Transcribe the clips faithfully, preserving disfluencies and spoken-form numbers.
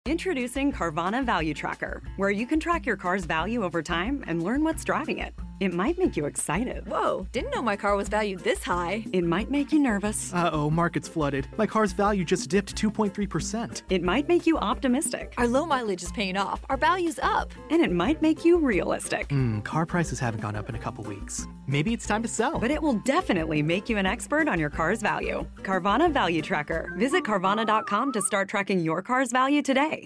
Introducing Carvana Value Tracker, where you can track your car's value over time and learn what's driving it. It might make you excited. Whoa, didn't know my car was valued this high. It might make you nervous. Uh-oh, market's flooded. My car's value just dipped two point three percent. It might make you optimistic. Our low mileage is paying off. Our value's up. And it might make you realistic. Hmm, car prices haven't gone up in a couple weeks. Maybe it's time to sell. But it will definitely make you an expert on your car's value. Carvana Value Tracker. Visit Carvana dot com to start tracking your car's value today.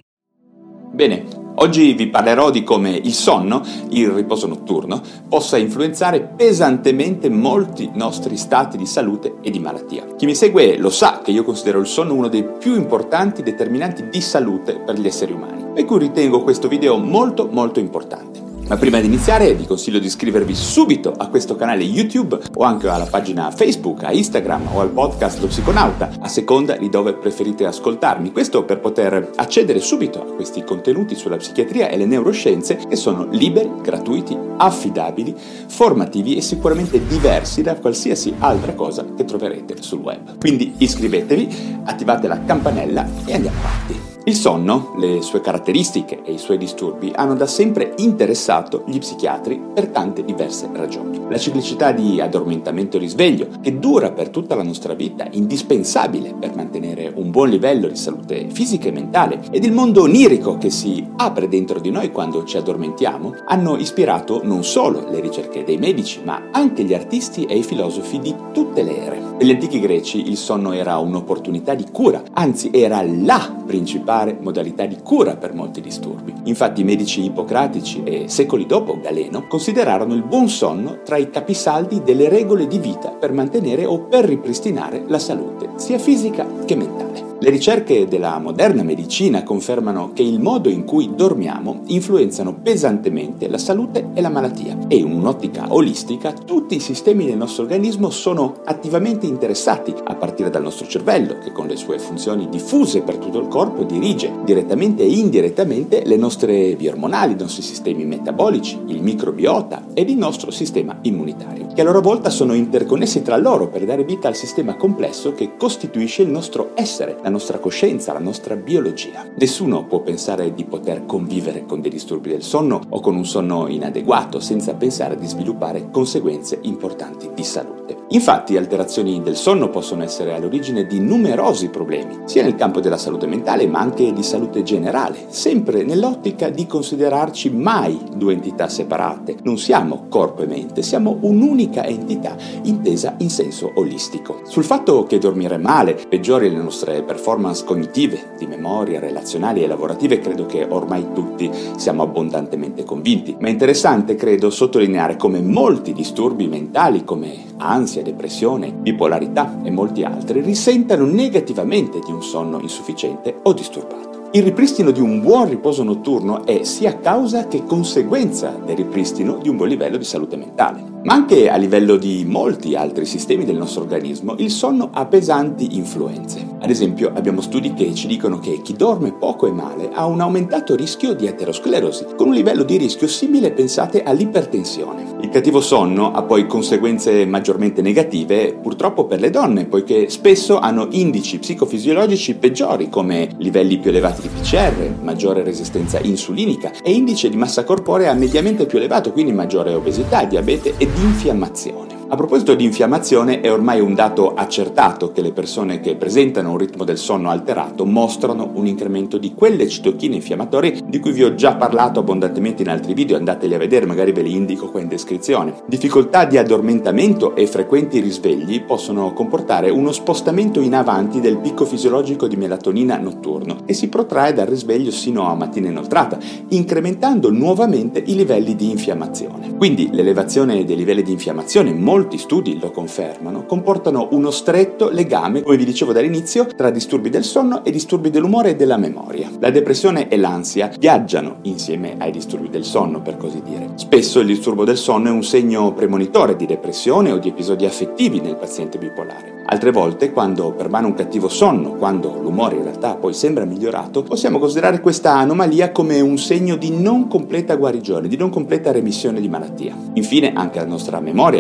Bene, oggi vi parlerò di come il sonno, il riposo notturno, possa influenzare pesantemente molti nostri stati di salute e di malattia. Chi mi segue lo sa che io considero il sonno uno dei più importanti determinanti di salute per gli esseri umani, per cui ritengo questo video molto molto importante. Ma prima di iniziare vi consiglio di iscrivervi subito a questo canale YouTube o anche alla pagina Facebook, a Instagram o al podcast Lo Psiconauta, a seconda di dove preferite ascoltarmi. Questo per poter accedere subito a questi contenuti sulla psichiatria e le neuroscienze che sono liberi, gratuiti, affidabili, formativi e sicuramente diversi da qualsiasi altra cosa che troverete sul web. Quindi iscrivetevi, attivate la campanella e andiamo avanti. Il sonno, le sue caratteristiche e i suoi disturbi hanno da sempre interessato gli psichiatri per tante diverse ragioni. La ciclicità di addormentamento e risveglio, che dura per tutta la nostra vita, indispensabile per mantenere un buon livello di salute fisica e mentale, ed il mondo onirico che si apre dentro di noi quando ci addormentiamo, hanno ispirato non solo le ricerche dei medici, ma anche gli artisti e i filosofi di tutte le ere. Per gli antichi greci il sonno era un'opportunità di cura, anzi era la principale modalità di cura per molti disturbi. Infatti i medici ippocratici e secoli dopo Galeno considerarono il buon sonno tra i capisaldi delle regole di vita per mantenere o per ripristinare la salute sia fisica che mentale. Le ricerche della moderna medicina confermano che il modo in cui dormiamo influenzano pesantemente la salute e la malattia, e in un'ottica olistica tutti i sistemi del nostro organismo sono attivamente interessati, a partire dal nostro cervello, che con le sue funzioni diffuse per tutto il corpo dirige direttamente e indirettamente le nostre vie ormonali, i nostri sistemi metabolici, il microbiota ed il nostro sistema immunitario, che a loro volta sono interconnessi tra loro per dare vita al sistema complesso che costituisce il nostro essere, la nostra coscienza, la nostra biologia. Nessuno può pensare di poter convivere con dei disturbi del sonno o con un sonno inadeguato senza pensare di sviluppare conseguenze importanti di salute. Infatti, alterazioni del sonno possono essere all'origine di numerosi problemi, sia nel campo della salute mentale ma anche di salute generale, sempre nell'ottica di considerarci mai due entità separate. Non siamo corpo e mente, siamo un'unica entità intesa in senso olistico. Sul fatto che dormire male peggiori le nostre performance cognitive, di memoria, relazionali e lavorative, credo che ormai tutti siamo abbondantemente convinti, ma è interessante, credo, sottolineare come molti disturbi mentali come ansia, depressione, bipolarità e molti altri risentano negativamente di un sonno insufficiente o disturbato. Il ripristino di un buon riposo notturno è sia causa che conseguenza del ripristino di un buon livello di salute mentale. Ma anche a livello di molti altri sistemi del nostro organismo, il sonno ha pesanti influenze. Ad esempio, abbiamo studi che ci dicono che chi dorme poco e male ha un aumentato rischio di aterosclerosi, con un livello di rischio simile, pensate, all'ipertensione. Il cattivo sonno ha poi conseguenze maggiormente negative, purtroppo per le donne, poiché spesso hanno indici psicofisiologici peggiori, come livelli più elevati di P C R, maggiore resistenza insulinica e indice di massa corporea mediamente più elevato, quindi maggiore obesità, diabete e di infiammazione. A proposito di infiammazione, è ormai un dato accertato che le persone che presentano un ritmo del sonno alterato mostrano un incremento di quelle citochine infiammatorie di cui vi ho già parlato abbondantemente in altri video, andateli a vedere, magari ve li indico qua in descrizione. Difficoltà di addormentamento e frequenti risvegli possono comportare uno spostamento in avanti del picco fisiologico di melatonina notturno e si protrae dal risveglio sino a mattina inoltrata, incrementando nuovamente i livelli di infiammazione. Quindi l'elevazione dei livelli di infiammazione, molti studi lo confermano, comportano uno stretto legame, come vi dicevo dall'inizio, tra disturbi del sonno e disturbi dell'umore e della memoria. La depressione e l'ansia viaggiano insieme ai disturbi del sonno, per così dire. Spesso il disturbo del sonno è un segno premonitore di depressione o di episodi affettivi nel paziente bipolare. Altre volte, quando permane un cattivo sonno, quando l'umore in realtà poi sembra migliorato, possiamo considerare questa anomalia come un segno di non completa guarigione, di non completa remissione di malattia. Infine, anche la nostra memoria ed il livello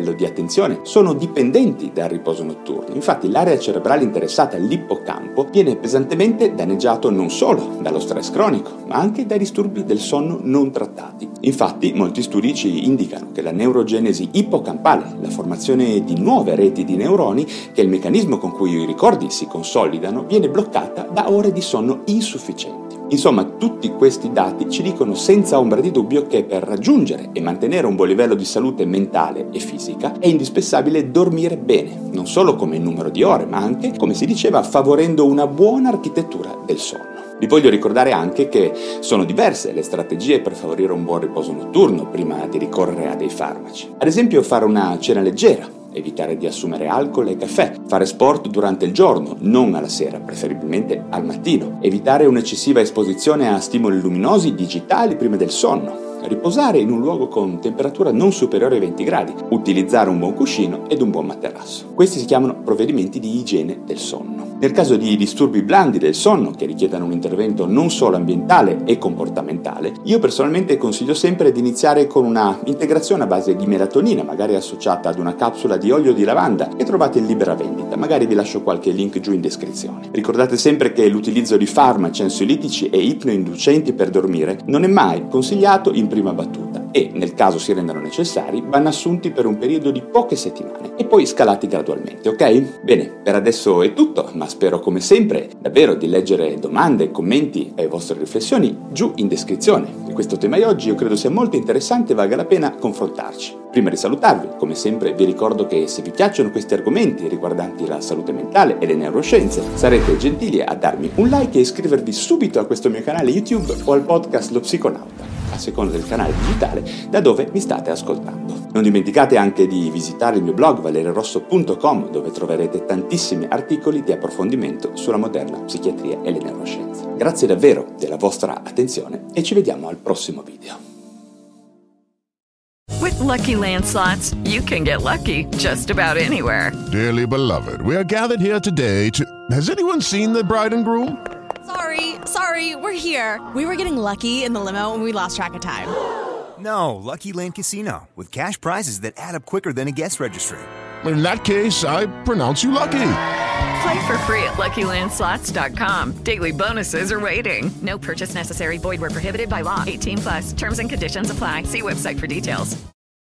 livello di attenzione sono dipendenti dal riposo notturno. Infatti l'area cerebrale interessata, l'ippocampo, viene pesantemente danneggiato non solo dallo stress cronico, ma anche dai disturbi del sonno non trattati. Infatti molti studi ci indicano che la neurogenesi ippocampale, la formazione di nuove reti di neuroni, che è il meccanismo con cui i ricordi si consolidano, viene bloccata da ore di sonno insufficienti. Insomma, tutti questi dati ci dicono senza ombra di dubbio che per raggiungere e mantenere un buon livello di salute mentale e fisica è indispensabile dormire bene, non solo come numero di ore, ma anche, come si diceva, favorendo una buona architettura del sonno. Vi voglio ricordare anche che sono diverse le strategie per favorire un buon riposo notturno prima di ricorrere a dei farmaci. Ad esempio, fare una cena leggera, evitare di assumere alcol e caffè, fare sport durante il giorno, non alla sera, preferibilmente al mattino, evitare un'eccessiva esposizione a stimoli luminosi digitali prima del sonno, riposare in un luogo con temperatura non superiore ai venti gradi, utilizzare un buon cuscino ed un buon materasso. Questi si chiamano provvedimenti di igiene del sonno. Nel caso di disturbi blandi del sonno che richiedano un intervento non solo ambientale e comportamentale, io personalmente consiglio sempre di iniziare con una integrazione a base di melatonina, magari associata ad una capsula di olio di lavanda che trovate in libera vendita. Magari vi lascio qualche link giù in descrizione. Ricordate sempre che l'utilizzo di farmaci ansiolitici e ipnoinducenti per dormire non è mai consigliato in prima battuta e, nel caso si rendano necessari, vanno assunti per un periodo di poche settimane e poi scalati gradualmente, ok? Bene, per adesso è tutto, ma spero come sempre davvero di leggere domande, commenti e vostre riflessioni giù in descrizione. Di questo tema di oggi io credo sia molto interessante e valga la pena confrontarci. Prima di salutarvi, come sempre vi ricordo che se vi piacciono questi argomenti riguardanti la salute mentale e le neuroscienze, sarete gentili a darmi un like e iscrivervi subito a questo mio canale YouTube o al podcast Lo Psiconauta, a seconda del canale digitale da dove mi state ascoltando. Non dimenticate anche di visitare il mio blog valerio-rosso punto com, dove troverete tantissimi articoli di approfondimento sulla moderna psichiatria e le neuroscienze. Grazie davvero della vostra attenzione e ci vediamo al prossimo video. With Lucky Land Slots, you can get lucky just about anywhere. Dearly beloved, we are gathered here today to... Has anyone seen the bride and groom? Sorry, sorry, we're here. We were getting lucky in the limo and we lost track of time. No, Lucky Land Casino, with cash prizes that add up quicker than a guest registry. In that case, I pronounce you lucky. Play for free at lucky land slots dot com. Daily bonuses are waiting. No purchase necessary. Void where prohibited by law. eighteen plus. Terms and conditions apply. See website for details.